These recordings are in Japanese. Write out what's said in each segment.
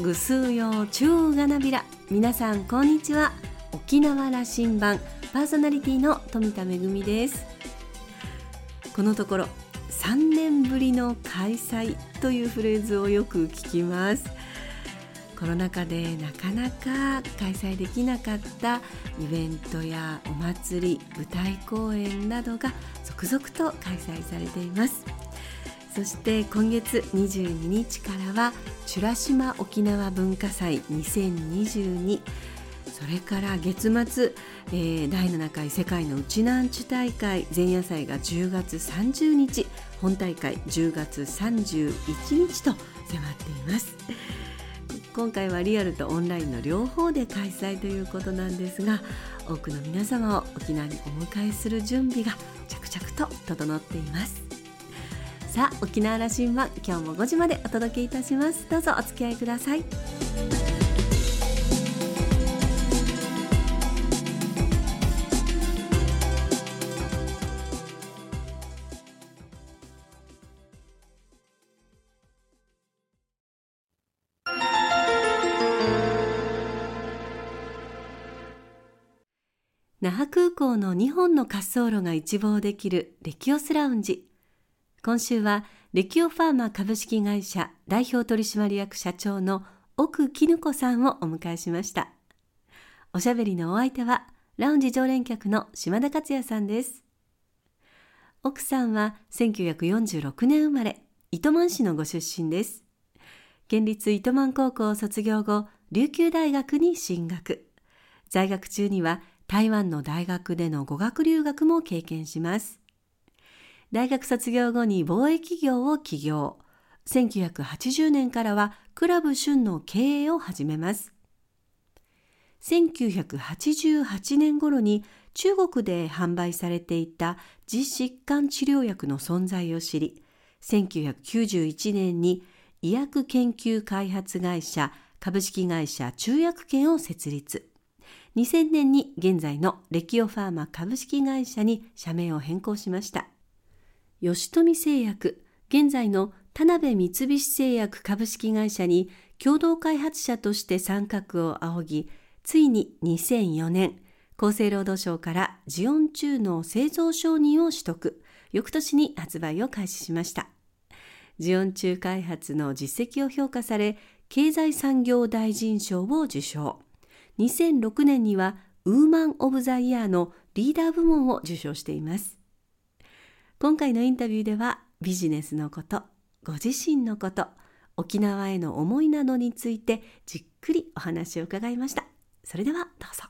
ぐすうようちゅうがなびら。皆さんこんにちは。沖縄羅針盤パーソナリティの富田恵です。このところ3年ぶりの開催というフレーズをよく聞きます。コロナ禍でなかなか開催できなかったイベントやお祭り、舞台公演などが続々と開催されています。そして今月22日からは美ら島沖縄文化祭2022、それから月末、第7回世界のうちなんちゅ大会前夜祭が10月30日、本大会10月31日と迫っています。今回はリアルとオンラインの両方で開催ということなんですが、多くの皆様を沖縄にお迎えする準備が着々と整っています。さあ、沖縄羅針盤、今日も5時までお届けいたします。どうぞお付き合いください。那覇空港の2本の滑走路が一望できるレキオスラウンジ。今週はレキオファーマ株式会社代表取締役社長の奥絹子さんをお迎えしました。おしゃべりのお相手はラウンジ常連客の島田克也さんです。奥さんは1946年生まれ、糸満市のご出身です。県立糸満高校を卒業後、琉球大学に進学。在学中には台湾の大学での語学留学も経験します。大学卒業後に貿易業を起業。1980年からはクラブ旬の経営を始めます。1988年頃に中国で販売されていた自疾患治療薬の存在を知り、1991年に医薬研究開発会社株式会社中薬研を設立。2000年に現在のレキオファーマ株式会社に社名を変更しました。吉富製薬、現在の田辺三菱製薬株式会社に共同開発者として参画を仰ぎ、ついに2004年、厚生労働省からジオン中の製造承認を取得、翌年に発売を開始しました。ジオン中開発の実績を評価され、経済産業大臣賞を受賞。2006年にはウーマン・オブ・ザ・イヤーのリーダー部門を受賞しています。今回のインタビューではビジネスのこと、ご自身のこと、沖縄への思いなどについてじっくりお話を伺いました。それではどうぞ。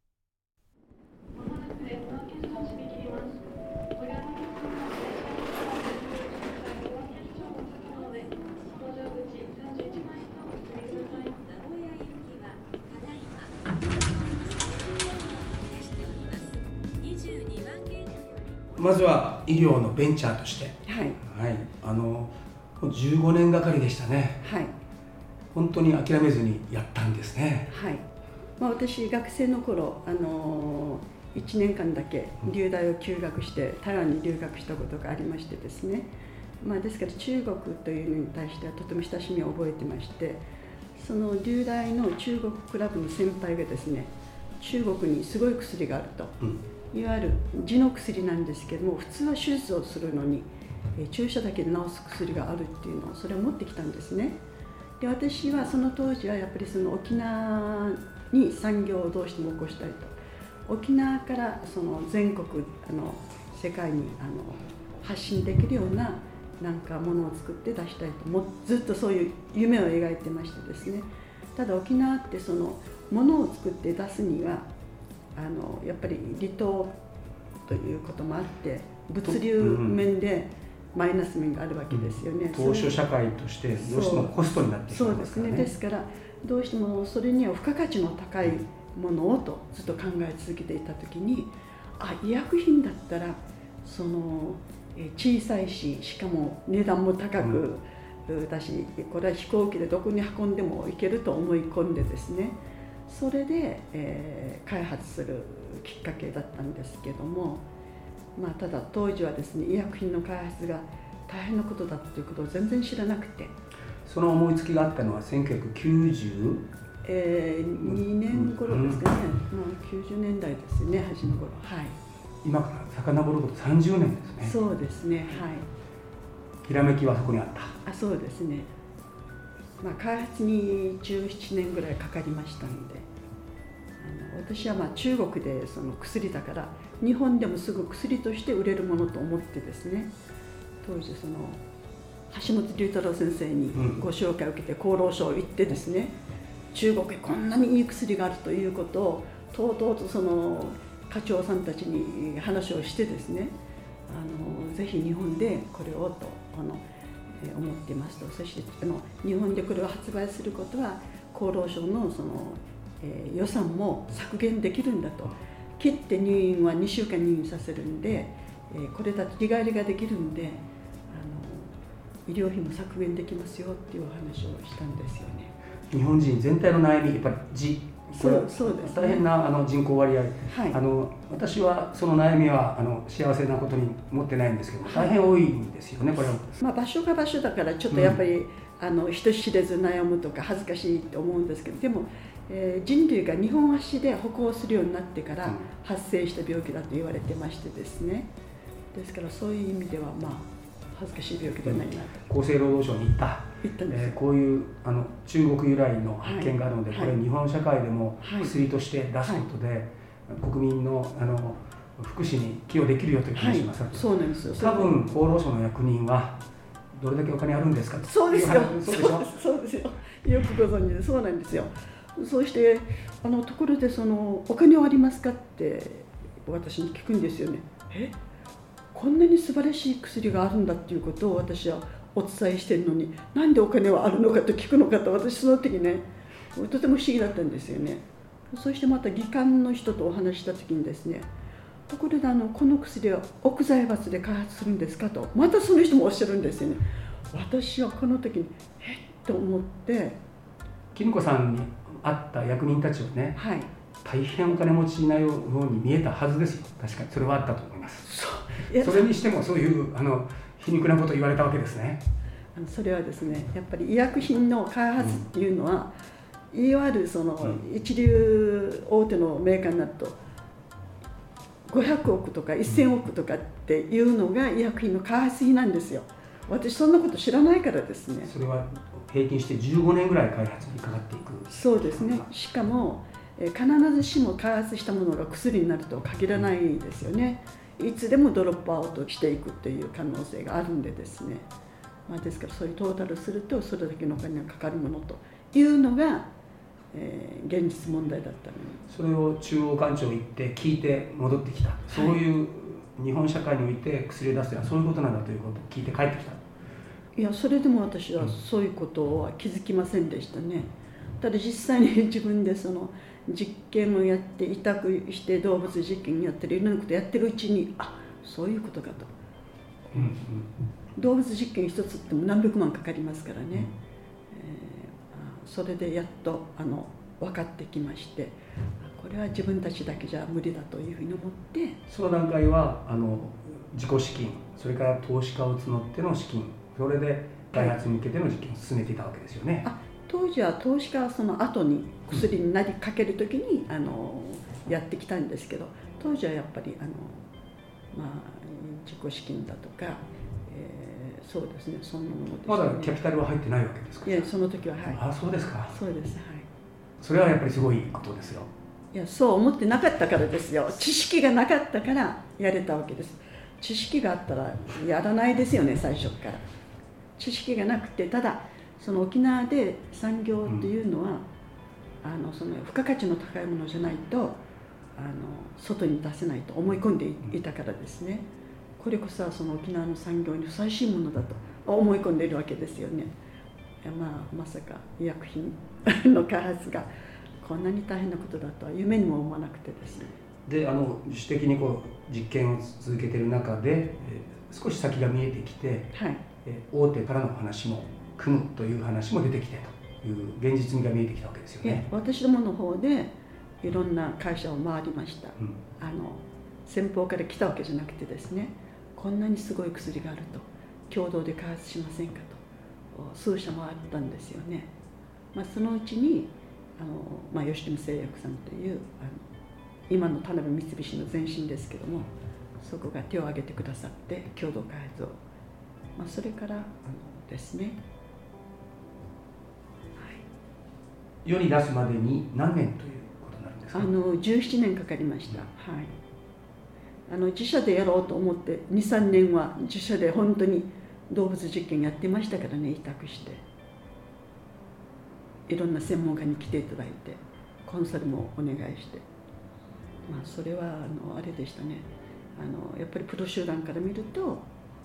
まずは医療のベンチャーとして、15年がかりでしたね。本当に諦めずにやったんですね。 私学生の頃、1年間だけ留大を休学して台湾に留学したことがありましてですね、ですから中国というのに対してはとても親しみを覚えてまして、その留大の中国クラブの先輩がですね、中国にすごい薬があると、いわゆる痔の薬なんですけども、普通は手術をするのに注射だけで治す薬があるっていうのをそれを持ってきたんですね。で、私はその当時はやっぱりその沖縄に産業をどうしても起こしたいと、沖縄からその全国世界に発信できるようななんかものを作って出したいと、ずっとそういう夢を描いてましてですね。ただ沖縄ってそのものを作って出すにはやっぱり離島ということもあって、物流面でマイナス面があるわけですよね。 島嶼社会としてどうしてもコストになってしまいますからね。 ですからどうしてもそれには付加価値の高いものをとずっと考え続けていたときに、医薬品だったらその小さいし、しかも値段も高くだし、これは飛行機でどこに運んでも行けると思い込んでですね、それで、開発するきっかけだったんですけども、ただ当時はですね、医薬品の開発が大変なことだということを全然知らなくて、 その思いつきがあったのは1992 年頃ですかね、90年代ですね、初め頃。はい。 今から遡ること30年ですね。 そうですね、はい。 ひらめきはそこにあった。 そうですね。開発に17年ぐらいかかりましたので、私は中国でその薬だから日本でもすぐ薬として売れるものと思ってですね、当時その橋本龍太郎先生にご紹介を受けて厚労省行ってですね、中国へこんなにいい薬があるということをとうとうとその課長さんたちに話をしてですね、ぜひ日本でこれをと思っていますと。そして日本でこれを発売することは厚労省のその予算も削減できるんだと。切って入院は2週間入院させるんで、これだと日帰りができるんで医療費も削減できますよっていうお話をしたんですよね。 日本人全体の悩み、やっぱりそうですね、 大変な人口割合、 はい、 私はその悩みは幸せなことに持ってないんですけども、大変多いんですよね、これは。 場所が場所だからちょっとやっぱり、人知れず悩むとか恥ずかしいと思うんですけど、でも、人類が2本足で歩行するようになってから発生した病気だと言われてましてですね、ですからそういう意味では恥ずかしい病気ではないなと。 厚生労働省に行ったんです、こういう中国由来の発見があるので、これ日本社会でも薬として出すことで、国民の福祉に寄与できるよという話をなさって、 そうなんですよ。 多分厚労省の役人はどれだけお金あるんですかと。 そうですよ、そうですよ、よくご存知で、そうなんですよ。そうしてところでお金はありますかって私に聞くんですよね。こんなに素晴らしい薬があるんだっていうことを私はお伝えしてるのに、なんでお金はあるのかと聞くのかと、私その時ねとても不思議だったんですよね。そしてまた技官の人とお話した時にですね、ところでこの薬は奥財閥で開発するんですかと、またその人もおっしゃるんですよね。私はこの時にと思って、 絹子さんに会った役人たちはね、 はい、 大変お金持ちなように見えたはずですよ。確かにそれはあったと思います。それにしてもそういう皮肉なことを言われたわけですね。 それはですね、やっぱり医薬品の開発っていうのは、いわゆる一流大手のメーカーになると500億とか1000億とかっていうのが医薬品の開発費なんですよ。私そんなこと知らないからですね。 それは平均して15年ぐらい開発にかかっていく。 そうですね。しかも必ずしも開発したものが薬になるとは限らないですよね。いつでもドロップアウトしていくという可能性があるんでですね、ですからそういうトータルするとそれだけのお金がかかるものというのが、現実問題だったのに、 それを中央官庁行って聞いて戻ってきた、そういう日本社会において薬を出すというのはそういうことなんだということを聞いて帰ってきた。 いや、それでも私はそういうことは気づきませんでしたね。ただ実際に自分で実験をやって委託して動物実験やってるいろんなことやってるうちに、そういうことかと、動物実験一つっても何百万かかりますからね、それでやっと分かってきまして、これは自分たちだけじゃ無理だというふうに思って、 その段階は自己資金、それから投資家を募っての資金、それで開発に向けての実験を進めていたわけですよね。 当時は投資家はその後に薬になりかけるときにやってきたんですけど、当時はやっぱり自己資金だとか、そうですね、そんなものですね。 まだキャピタルは入ってないわけですか。 いや、その時は、はい。 そうですか。 そうです、はい。 それはやっぱりすごいことですよ。 いや、そう思ってなかったからですよ。知識がなかったからやれたわけです。知識があったらやらないですよね、最初から。知識がなくて、ただ沖縄で産業っていうのは、その付加価値の高いものじゃないと外に出せないと思い込んでいたからですね。これこそは沖縄の産業にふさわしいものだと思い込んでいるわけですよね。まさか医薬品の開発がこんなに大変なことだとは夢にも思わなくてですね。 で主的に実験を続けている中で、少し先が見えてきて、 はい、 大手からの話も組むという話も出てきてという現実味が見えてきたわけですよね。 私どもの方でいろんな会社を回りました。先方から来たわけじゃなくてですね、こんなにすごい薬があると共同で開発しませんかと数社もあったんですよね。そのうちに吉富製薬さんという今の田辺三菱の前身ですけども、そこが手を挙げてくださって共同開発を、それからですね、 世に出すまでに何年ということになるんですか。 17年かかりました。自社でやろうと思って2、3年は自社で本当に動物実験やってましたからね。委託していろんな専門家に来ていただいてコンサルもお願いして、それはあれでしたね。やっぱりプロ集団から見ると、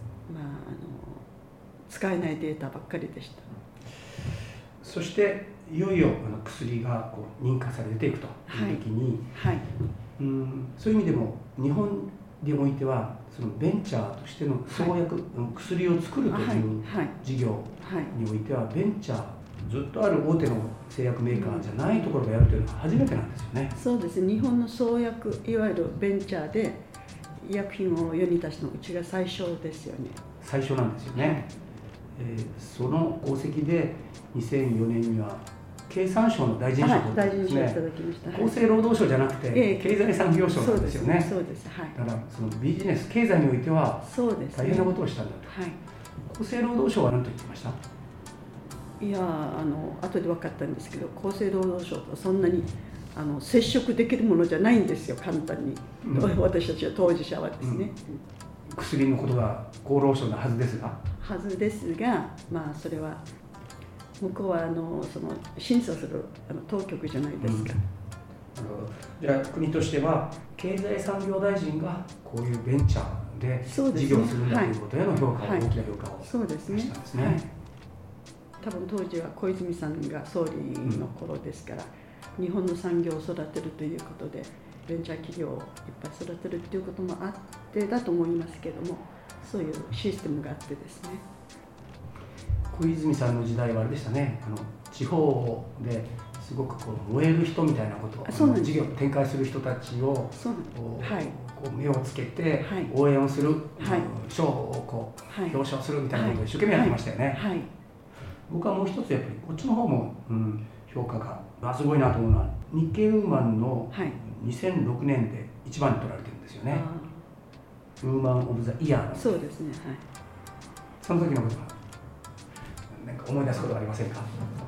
使えないデータばっかりでした。 そしていよいよ薬が認可されていくという時に、そういう意味でも日本においてはそのベンチャーとしての創薬、薬を作るという事業においてはベンチャーずっとある大手の製薬メーカーじゃないところがやるというのは初めてなんですよね。 そうですね。日本の創薬、いわゆるベンチャーで医薬品を世に出すのうちが最初ですよね。 最初なんですよね。その功績で2004年には経産省の大臣賞を取ってですね、厚生労働省じゃなくて経済産業省なんですよね。 そうです。だからそのビジネス経済においては大変なことをしたんだと。厚生労働省は何と言ってました？ いや後で分かったんですけど、厚生労働省とそんなに接触できるものじゃないんですよ、簡単に。私たちは当事者はですね。 薬のことが厚労省のはずですが、 それは向こうはその審査する当局じゃないですか。 じゃあ国としては経済産業大臣がこういうベンチャーで事業をするんだということへの評価を、大きな評価をしたんですね。 多分当時は小泉さんが総理の頃ですから、日本の産業を育てるということでベンチャー企業をいっぱい育てるということもあってだと思いますけども、そういうシステムがあってですね。 小泉さんの時代はあれでしたね。地方ですごく燃える人みたいなことを、事業を展開する人たちを目をつけて応援をする、賞を表彰するみたいなことを一生懸命やってましたよね。僕はもう一つやっぱりこっちの方も、評価がすごいなと思うのは、日経ウーマンの2006年で一番に取られてるんですよね。ウーマン・オブ・ザ・イヤー。 そうですね。 その時のことは何か思い出すことはありませんか？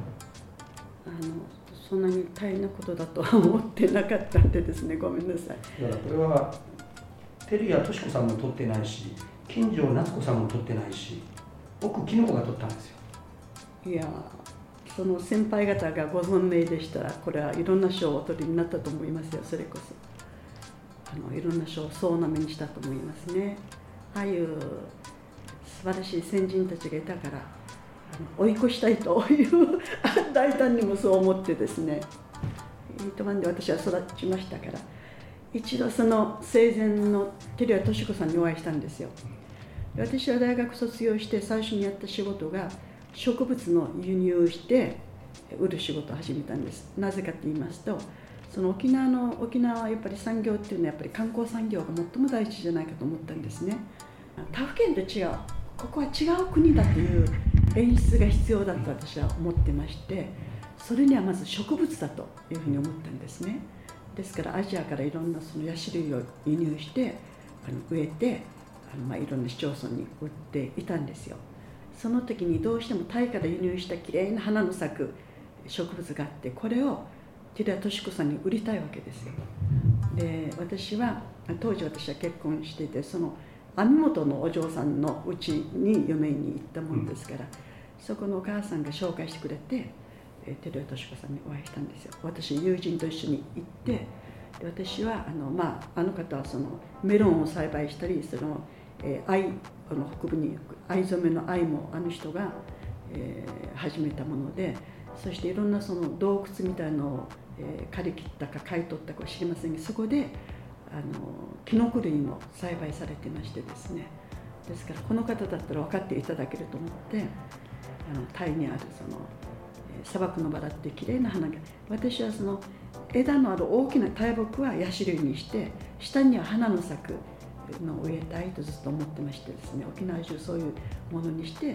そんなに大変なことだとは思ってなかったんでですね、ごめんなさい。 だからこれは照屋敏子さんも取ってないし、金城夏子さんも取ってないし、奥木の子が取ったんですよ。 いや、その先輩方がご存命でしたら、これはいろんな賞をお取りになったと思いますよ。それこそいろんな賞を総なめにしたと思いますね。ああいう素晴らしい先人たちがいたから追い越したいという大胆にもそう思ってですね、糸満で私は育ちましたから、一度その生前の照屋敏子さんにお会いしたんですよ。私は大学卒業して最初にやった仕事が植物の輸入して売る仕事を始めたんです。なぜかと言いますと、その沖縄はやっぱり産業っていうのはやっぱり観光産業が最も大事じゃないかと思ったんですね。他府県と違う、ここは違う国だという演出が必要だと私は思ってまして、それにはまず植物だというふうに思ったんですね。ですからアジアからいろんなそのヤシ類を輸入して植えていろんな市町村に売っていたんですよ。その時にどうしてもタイから輸入したきれいな花の咲く植物があって、これを照屋敏子さんに売りたいわけですよ。で、当時私は結婚していて、その網元のお嬢さんのうちに嫁に行ったもんですから、そこのお母さんが紹介してくれて照屋敏子さんにお会いしたんですよ。私友人と一緒に行って、で私はあの方はそのメロンを栽培したり、その北部に藍染めの藍もあの人が、始めたもので、そしていろんなその洞窟みたいのを、借り切ったか買い取ったか知りませんが、そこでキノコ類も栽培されてましてですね、ですからこの方だったら分かっていただけると思って、タイにあるその砂漠のバラっていうきれいな花が、私はその枝のある大きな大木はヤシ類にして、下には花の咲くのを植えたいとずっと思ってましてですね、沖縄中そういうものにして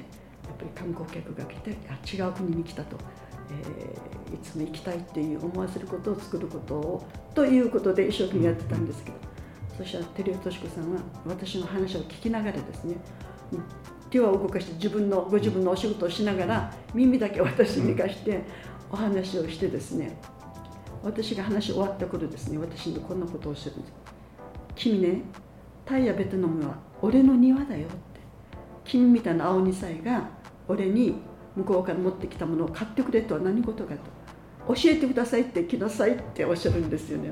ぱり観光客が来て違う国に来たと、いつも行きたいっていう思わせることを作ることをということで一生懸命やってたんですけど、そしたら照井俊子さんは私の話を聞きながらですね、手を動かしてご自分のお仕事をしながら耳だけ私に貸してお話をしてですね、私が話終わった頃ですね、私にこんなことをおっしゃるんです。君ね、タイやベトナムは俺の庭だよって、君みたいな青二歳が俺に向こうから持ってきたものを買ってくれとは何事かと、教えてくださいって来なさいっておっしゃるんですよね。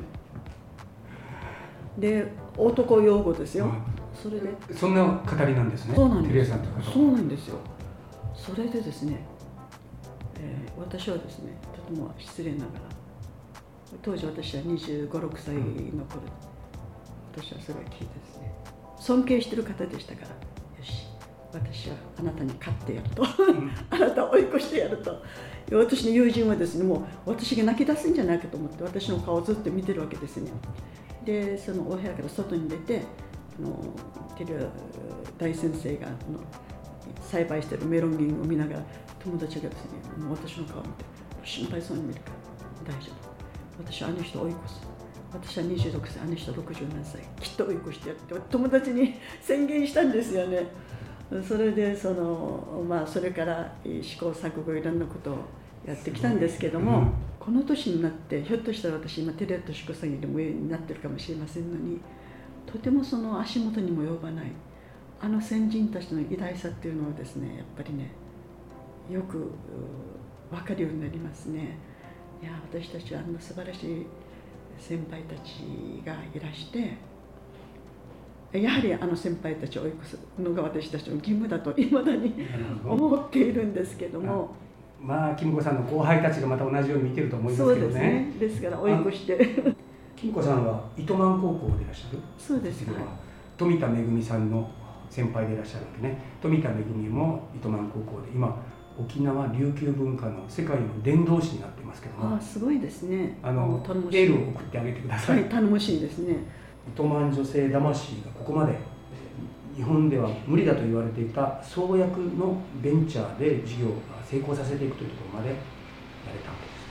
で、男用語ですよ。それでそんな語りなんですね。 そうなんです。 照井さんという方は。 そうなんですよ。それでですね、私はですね、とても失礼ながら、当時私は25、6歳の頃、私はそれを聞いてですね、尊敬してる方でしたから、よし、私はあなたに勝ってやるとあなたを追い越してやると。私の友人はですね、もう私が泣き出すんじゃないかと思って私の顔をずっと見てるわけですね。で、そのお部屋から外に出て、照井大先生が栽培しているメロン林を見ながら、友達がですね、もう私の顔を見て心配そうに見るから、大丈夫、私はあの人を追い越す、私は26歳、あの人60何歳、きっと追い越してやって友達に宣言したんですよね。それでそれから試行錯誤いろんなことをやってきたんですけども、この年になってひょっとしたら私今照井俊子さんよりも上になってるかもしれませんのに、とてもその足元にも及ばないあの先人たちの偉大さっていうのをですね、やっぱりね、よく分かるようになりますね。いや、私たちはあんな素晴らしい先輩たちがいらして、やはりあの先輩たちを追い越すのが私たちの義務だといまだに思っているんですけども、 キム子さんの後輩たちがまた同じように見てると思いますけどね。 そうですね。ですから追い越してキム子さんは糸満高校でいらっしゃる。 そうです、はい、 富田恵さんの先輩でいらっしゃるわけね。富田恵も糸満高校で、今沖縄琉球文化の世界の伝道師になっていますけども、 すごいですね。 エールを送ってあげてください。 はい、頼もしいですね。 糸満女性魂がここまで日本では無理だと言われていた創薬のベンチャーで事業を成功させていくというところまでやれたわけです。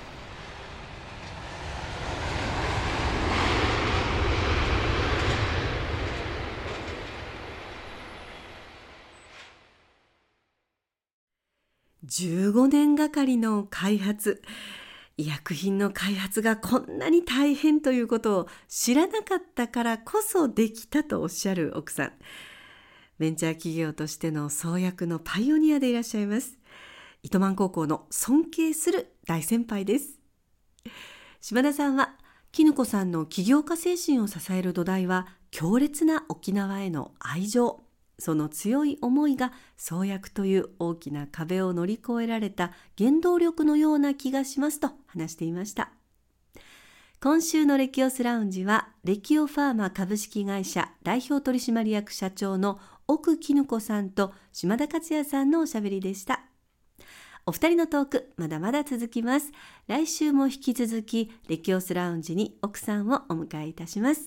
15年がかりの開発、医薬品の開発がこんなに大変ということを知らなかったからこそできたとおっしゃる奥さん。ベンチャー企業としての創薬のパイオニアでいらっしゃいます。糸満高校の尊敬する大先輩です。島田さんは絹子さんの起業家精神を支える土台は強烈な沖縄への愛情。その強い思いが創薬という大きな壁を乗り越えられた原動力のような気がしますと話していました。今週のレキオスラウンジはレキオファーマ株式会社代表取締役社長の奥絹子さんと島田克也さんのおしゃべりでした。お二人のトークまだまだ続きます。来週も引き続きレキオスラウンジに奥さんをお迎えいたします。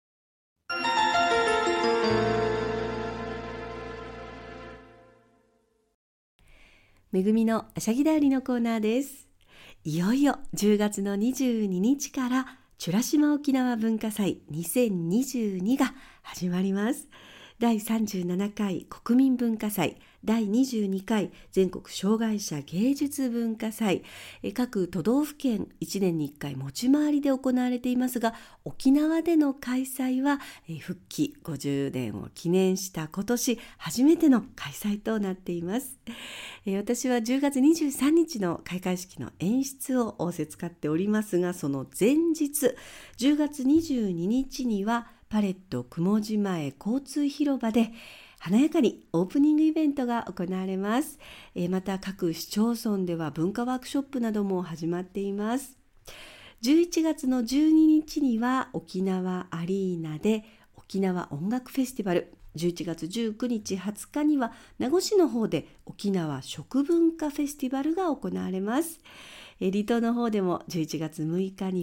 めぐみのあしゃぎだよりのコーナーです。いよいよ10月の22日から美ら島沖縄文化祭2022が始まります。第37回国民文化祭、第22回全国障害者芸術文化祭、各都道府県1年に1回持ち回りで行われていますが、沖縄での開催は復帰50年を記念した今年初めての開催となっています。私は10月23日の開会式の演出を仰せつかっておりますが、その前日10月22日にはパレット雲地前交通広場で華やかにオープニングイベントが行われます。また各市町村では文化ワークショップなども始まっています。11月の12日には沖縄アリーナで沖縄音楽フェスティバル、11月19日20日には名護市の方で沖縄食文化フェスティバルが行われます。離島の方でも11月6日には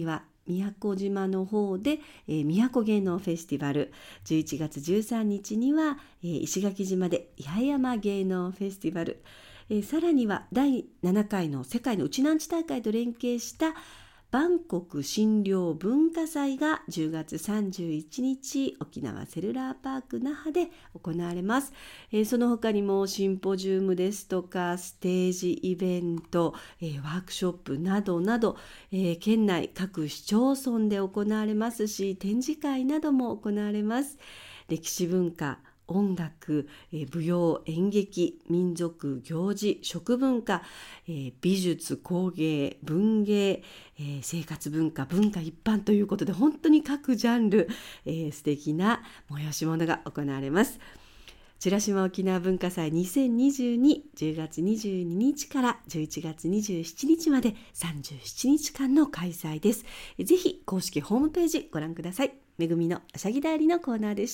宮古島の方で、宮古芸能フェスティバル、11月13日には、石垣島で八重山芸能フェスティバル、さらには第7回の世界のウチナンチ大会と連携したバンコク診療文化祭が10月31日沖縄セルラーパーク那覇で行われます。その他にもシンポジウムですとかステージイベント、ワークショップなどなど、県内各市町村で行われますし、展示会なども行われます。歴史文化、音楽、舞踊、演劇、民族行事、食文化、美術、工芸、文芸、生活文化、文化一般ということで、本当に各ジャンル、素敵な催し物が行われます。美ら島沖縄文化祭2022、10月22日から11月27日まで37日間の開催です。ぜひ公式ホームページご覧ください。めぐみのあしゃぎだよりのコーナーでした。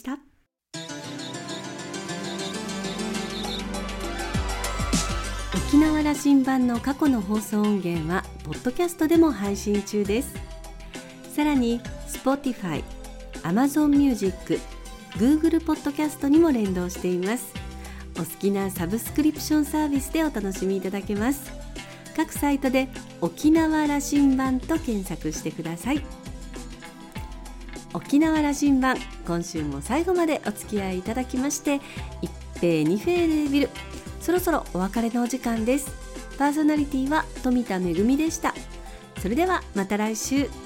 沖縄羅針盤の過去の放送音源はポッドキャストでも配信中です。さらに Spotify、Amazon Music、Google ポッドキャストにも連動しています。お好きなサブスクリプションサービスでお楽しみいただけます。各サイトで沖縄羅針盤と検索してください。沖縄羅針盤、今週も最後までお付き合いいただきまして一平二平レービル、そろそろお別れのお時間です。パーソナリティは富田恵でした。それではまた来週。